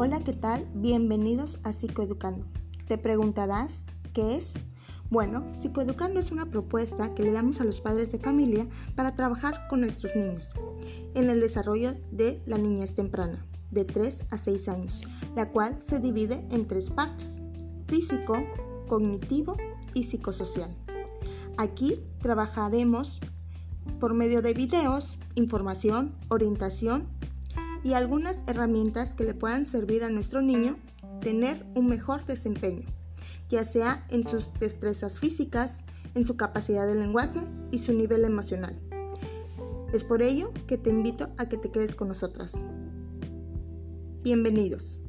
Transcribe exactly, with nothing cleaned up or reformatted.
Hola, ¿qué tal? Bienvenidos a Psicoeducando. Te preguntarás, ¿qué es? Bueno, Psicoeducando es una propuesta que le damos a los padres de familia para trabajar con nuestros niños en el desarrollo de la niñez temprana, de tres a seis años, la cual se divide en tres partes: físico, cognitivo y psicosocial. Aquí trabajaremos por medio de videos, información, orientación y algunas herramientas que le puedan servir a nuestro niño tener un mejor desempeño, ya sea en sus destrezas físicas, en su capacidad de lenguaje y su nivel emocional. Es por ello que te invito a que te quedes con nosotras. Bienvenidos.